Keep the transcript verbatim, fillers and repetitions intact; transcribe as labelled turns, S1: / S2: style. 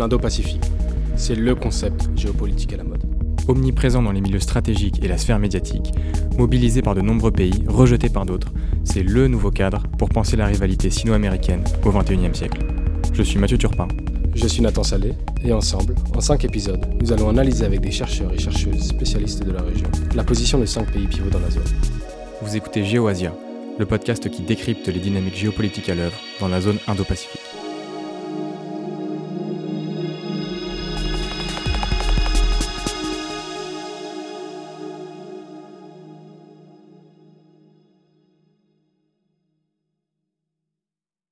S1: l'Indo-Pacifique. C'est le concept géopolitique à la mode.
S2: Omniprésent dans les milieux stratégiques et la sphère médiatique, mobilisé par de nombreux pays, rejeté par d'autres, c'est le nouveau cadre pour penser la rivalité sino-américaine au vingt et unième siècle. Je suis Mathieu Turpin.
S1: Je suis Nathan Salé, et ensemble, en cinq épisodes, nous allons analyser avec des chercheurs et chercheuses spécialistes de la région la position de cinq pays pivots dans la zone.
S2: Vous écoutez GeoAsia, le podcast qui décrypte les dynamiques géopolitiques à l'œuvre dans la zone Indo-Pacifique.